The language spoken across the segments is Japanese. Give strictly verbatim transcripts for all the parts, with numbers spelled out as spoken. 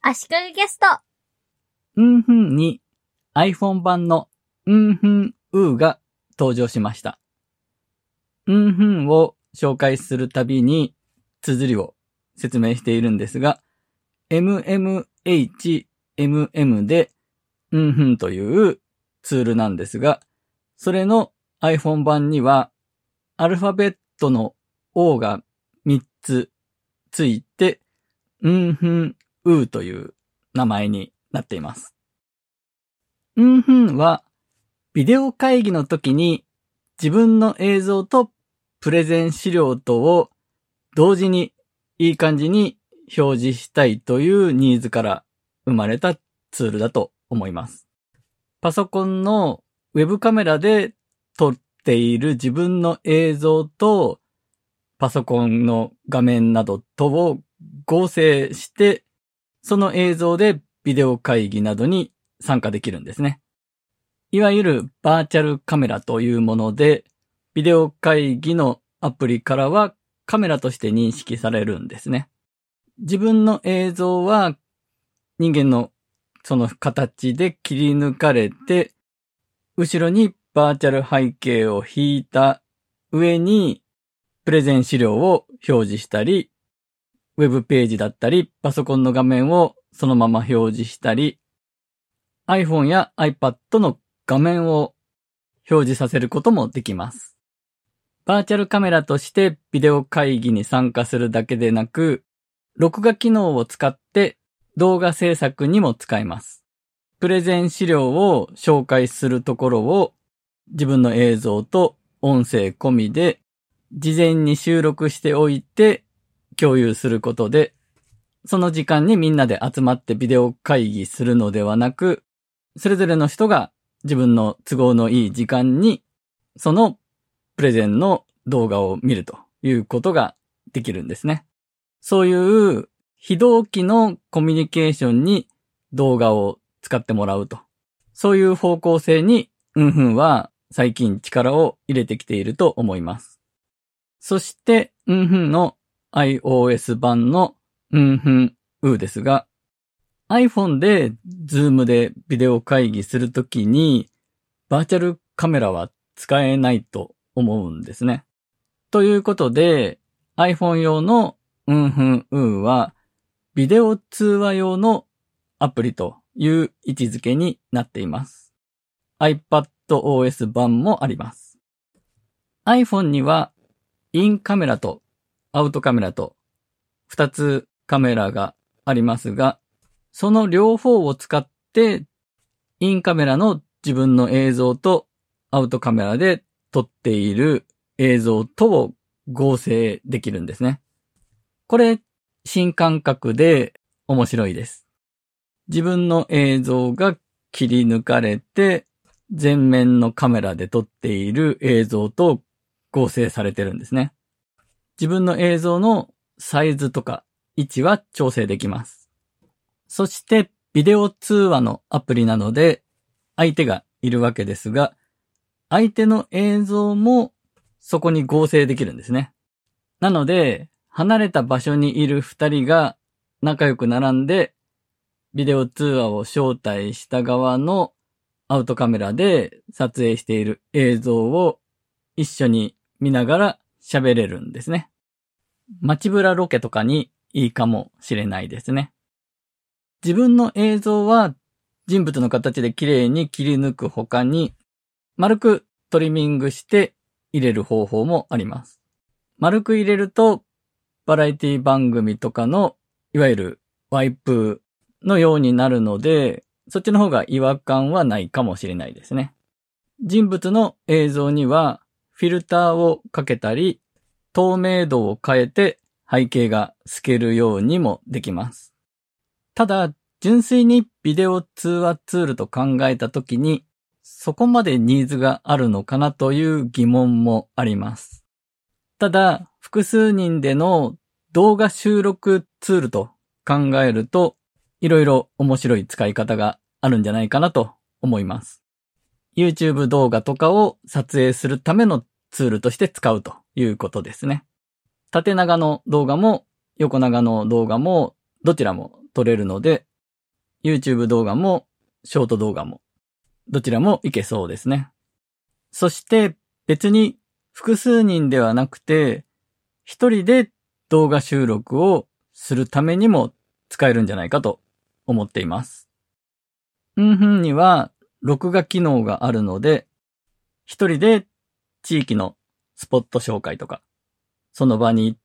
足利ゲスト。 うんふんに iPhone 版のうんふんうーが登場しました。うんふんを紹介するたびに綴りを説明しているんですが、エムエムエイチエムエム でうんふんというツールなんですが、それの iPhone 版にはアルファベットの O がみっつついて、うんふんうーという名前になっています。うんふんはビデオ会議の時に自分の映像とプレゼン資料とを同時にいい感じに表示したいというニーズから生まれたツールだと思います。パソコンのウェブカメラで撮っている自分の映像とパソコンの画面などとを合成して、その映像でビデオ会議などに参加できるんですね。いわゆるバーチャルカメラというもので、ビデオ会議のアプリからはカメラとして認識されるんですね。自分の映像は人間のその形で切り抜かれて、後ろにバーチャル背景を引いた上にプレゼン資料を表示したり、ウェブページだったり、パソコンの画面をそのまま表示したり、iPhone や iPad の画面を表示させることもできます。バーチャルカメラとしてビデオ会議に参加するだけでなく、録画機能を使って動画制作にも使えます。プレゼン資料を紹介するところを自分の映像と音声込みで事前に収録しておいて共有することで、その時間にみんなで集まってビデオ会議するのではなく、それぞれの人が自分の都合のいい時間にそのプレゼンの動画を見るということができるんですね。そういう非同期のコミュニケーションに動画を使ってもらうと。そういう方向性にうんふんは最近力を入れてきていると思います。そしてうんふんの iOS 版のうんふんうですが、iPhone で Zoom でビデオ会議するときにバーチャルカメラは使えないと思うんですね。ということで iPhone 用のうんふんうはビデオ通話用のアプリという位置づけになっています。iPadOS 版もあります。iPhone にはインカメラとアウトカメラとふたつカメラがありますが、その両方を使ってインカメラの自分の映像とアウトカメラで撮っている映像とを合成できるんですね。これ新感覚で面白いです。自分の映像が切り抜かれて前面のカメラで撮っている映像と合成されてるんですね。自分の映像のサイズとか位置は調整できます。そしてビデオ通話のアプリなので相手がいるわけですが、相手の映像もそこに合成できるんですね。なので離れた場所にいる二人が仲良く並んでビデオ通話を招待した側のアウトカメラで撮影している映像を一緒に見ながら喋れるんですね。街ブラロケとかにいいかもしれないですね。自分の映像は人物の形で綺麗に切り抜く他に丸くトリミングして入れる方法もあります。丸く入れるとバラエティ番組とかのいわゆるワイプのようになるので、そっちの方が違和感はないかもしれないですね。人物の映像にはフィルターをかけたり、透明度を変えて背景が透けるようにもできます。ただ、純粋にビデオ通話ツールと考えたときに、そこまでニーズがあるのかなという疑問もあります。ただ、複数人での動画収録ツールと考えると、いろいろ面白い使い方があるんじゃないかなと思います。YouTube 動画とかを撮影するためのツールとして使うということですね。縦長の動画も横長の動画もどちらも撮れるので、 YouTube 動画もショート動画もどちらもいけそうですね。そして別に複数人ではなくて一人で動画収録をするためにも使えるんじゃないかと思っています。うんふんには録画機能があるので一人で地域のスポット紹介とかその場に行って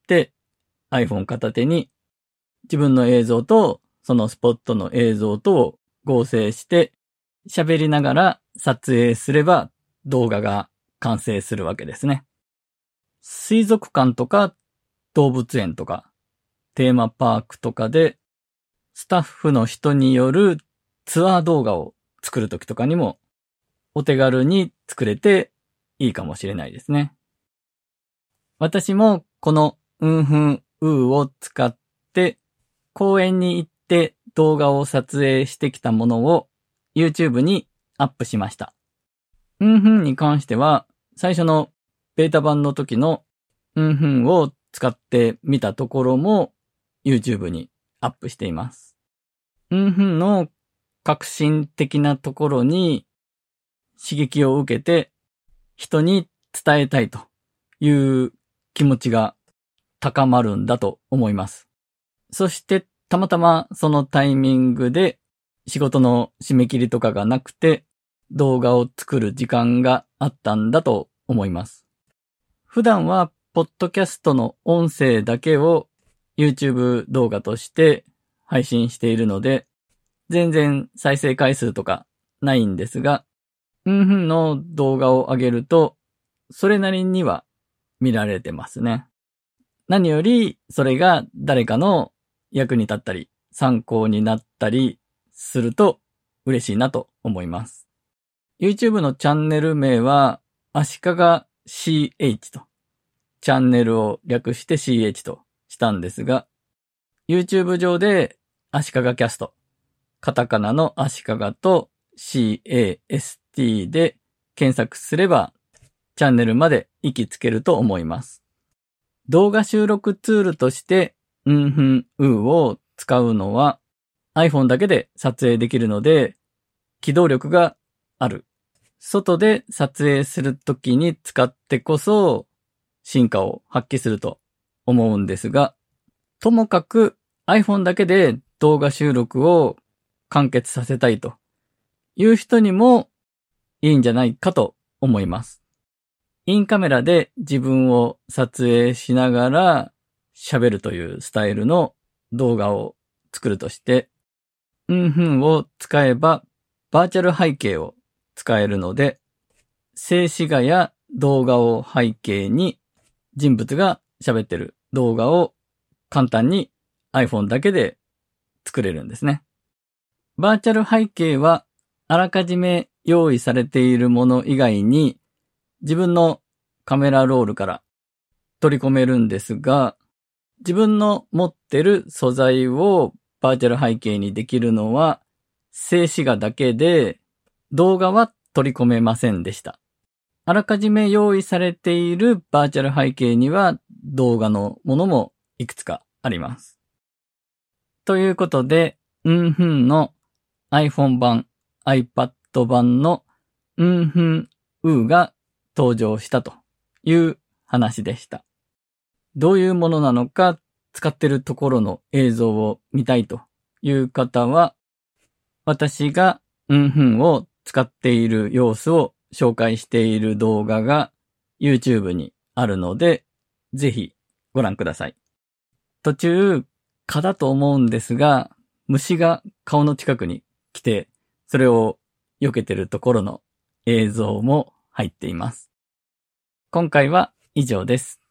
iPhone 片手に自分の映像とそのスポットの映像とを合成して喋りながら撮影すれば動画が完成するわけですね。水族館とか動物園とかテーマパークとかでスタッフの人によるツアー動画を作るときとかにもお手軽に作れていいかもしれないですね。私もこのうんふんうーを使って公園に行って動画を撮影してきたものを YouTube にアップしました。うんふんに関しては最初のベータ版の時のうんふんを使ってみたところも YouTube にアップしています。うんふんの革新的なところに刺激を受けて人に伝えたいという気持ちが高まるんだと思います。そしてたまたまそのタイミングで仕事の締め切りとかがなくて動画を作る時間があったんだと思います。普段はポッドキャストの音声だけを YouTube 動画として配信しているので全然再生回数とかないんですが、うんふんの動画を上げるとそれなりには見られてますね。何よりそれが誰かの役に立ったり参考になったりすると嬉しいなと思います。YouTube のチャンネル名は足利 シーエイチ とチャンネルを略して シーエイチ としたんですが YouTube 上で足利キャストカタカナの足利と シーエーエスティー で検索すればチャンネルまで行きつけると思います。動画収録ツールとしてうんふんうーを使うのは iPhone だけで撮影できるので機動力がある。外で撮影するときに使ってこそ進化を発揮すると思うんですが、ともかく iPhone だけで動画収録を完結させたいという人にもいいんじゃないかと思います。インカメラで自分を撮影しながら喋るというスタイルの動画を作るとして、うんふんを使えばバーチャル背景を使えるので、静止画や動画を背景に人物が喋ってる動画を簡単に iPhone だけで作れるんですね。バーチャル背景はあらかじめ用意されているもの以外に自分のカメラロールから取り込めるんですが、自分の持ってる素材をバーチャル背景にできるのは静止画だけで動画は取り込めませんでした。あらかじめ用意されているバーチャル背景には動画のものもいくつかあります。ということで、うんふんの iPhone 版、iPad 版のうんふんうーが登場したという話でした。どういうものなのか使ってるところの映像を見たいという方は、私がうんふんを使っている様子を紹介している動画が YouTube にあるので、ぜひご覧ください。途中、蚊だと思うんですが、虫が顔の近くに来て、それを避けてるところの映像も入っています。今回は以上です。